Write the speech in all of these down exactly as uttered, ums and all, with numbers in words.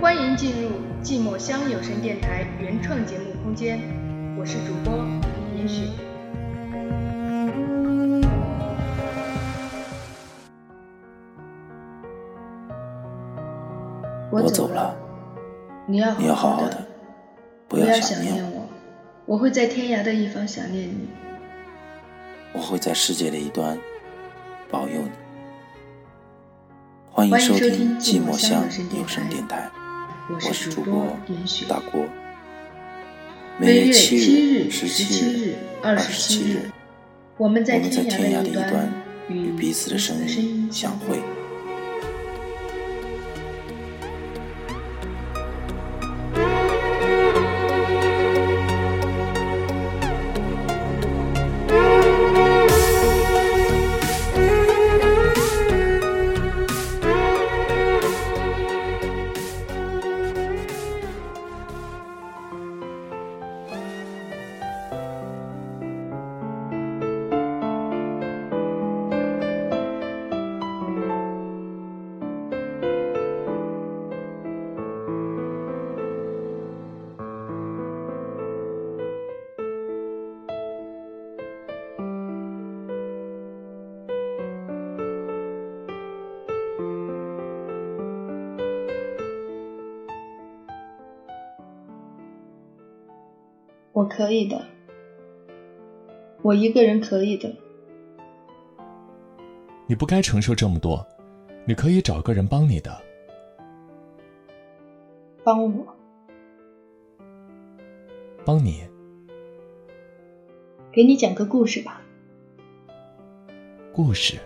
欢迎进入寂寞乡有声电台原创节目空间，我是主播林雪。 我走了， 你要你要好好的，不要想念我，我会在天涯的一方想念你， 我会在世界的一端保佑你。欢迎收听寂寞乡有声电台，我是主播大郭。每月七日、十七日、二十七日， 我们在天涯的一端与彼此的声音相会。 我可以的，我一个人可以的。 你不该承受这么多，你可以找个人帮你的。 帮我？ 帮你？ 给你讲个故事吧。 故事？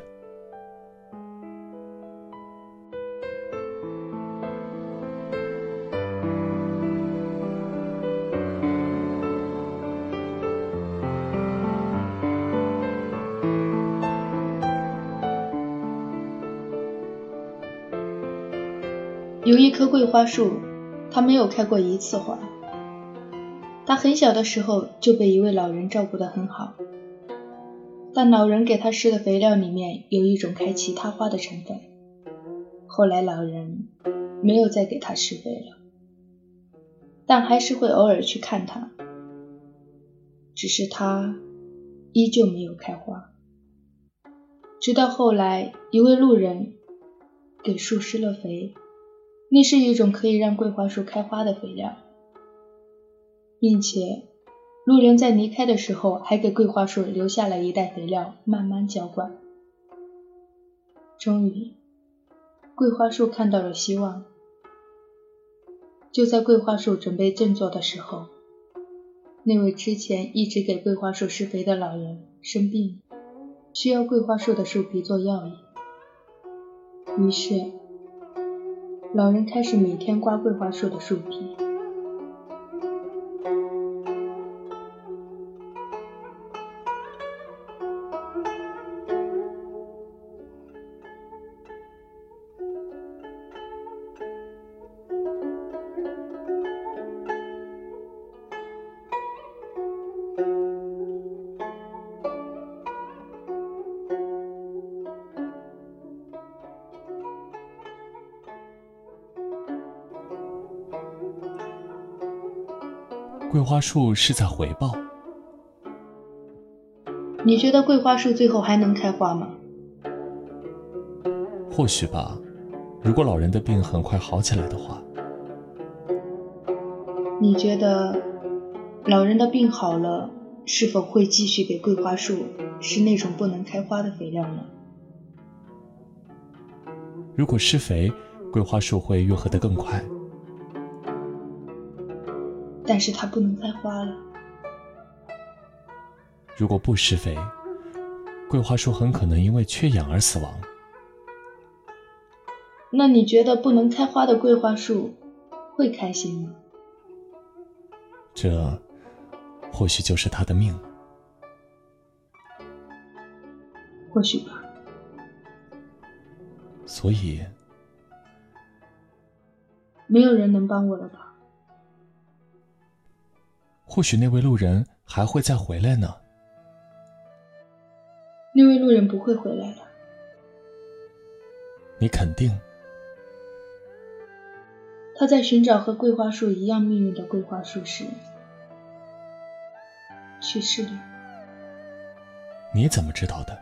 有一棵桂花树，它没有开过一次花。它很小的时候就被一位老人照顾得很好，但老人给它施的肥料里面有一种开其他花的成分，后来老人没有再给它施肥了，但还是会偶尔去看它，只是它依旧没有开花。直到后来一位路人给树施了肥，那是一种可以让桂花树开花的肥料，并且路人在离开的时候还给桂花树留下了一袋肥料慢慢浇灌。终于桂花树看到了希望。就在桂花树准备振作的时候，那位之前一直给桂花树施肥的老人生病了，需要桂花树的树皮做药引。于是老人开始每天刮桂花树的树皮。 桂花树是在回报。 你觉得桂花树最后还能开花吗？ 或许吧，如果老人的病很快好起来的话。 你觉得老人的病好了，是否会继续给桂花树施那种不能开花的肥料呢？ 如果施肥，桂花树会愈合得更快。 但是它不能开花了。 如果不施肥，桂花树很可能因为缺氧而死亡。 那你觉得不能开花的桂花树会开心吗？ 这或许就是它的命。 或许吧。 所以没有人能帮我了吧？ 或许那位路人还会再回来呢。 那位路人不会回来了。 你肯定？ 他在寻找和桂花树一样命运的桂花树时去世了。 你怎么知道的？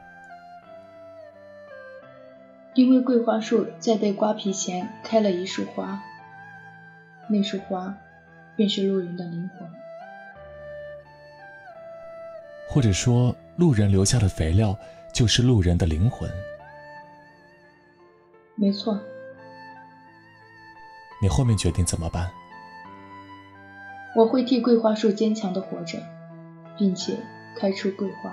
因为桂花树在被刮皮前开了一束花，那束花便是路人的灵魂。 或者说，路人留下的肥料就是路人的灵魂。 没错。 你后面决定怎么办？ 我会替桂花树坚强地活着，并且开出桂花。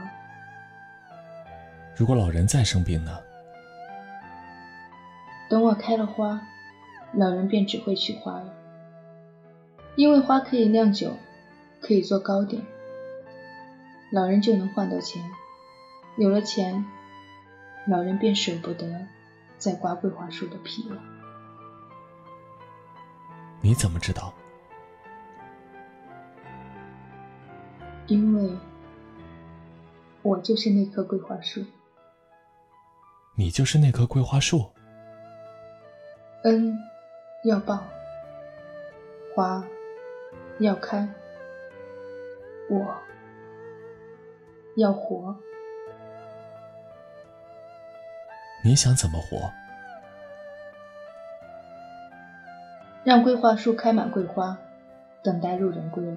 如果老人再生病呢？ 等我开了花，老人便只会取花了。因为花可以酿酒，可以做糕点，老人就能换到钱。有了钱，老人便舍不得再刮桂花树的皮了。 你怎么知道？ 因为我就是那棵桂花树。 你就是那棵桂花树？ 恩要报，花要开，我要活。 你想怎么活？ 让桂花树开满桂花，等待路人归来。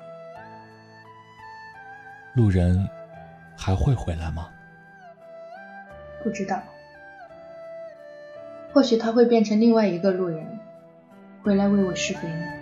路人还会回来吗？ 不知道，或许他会变成另外一个路人，回来为我施肥呢。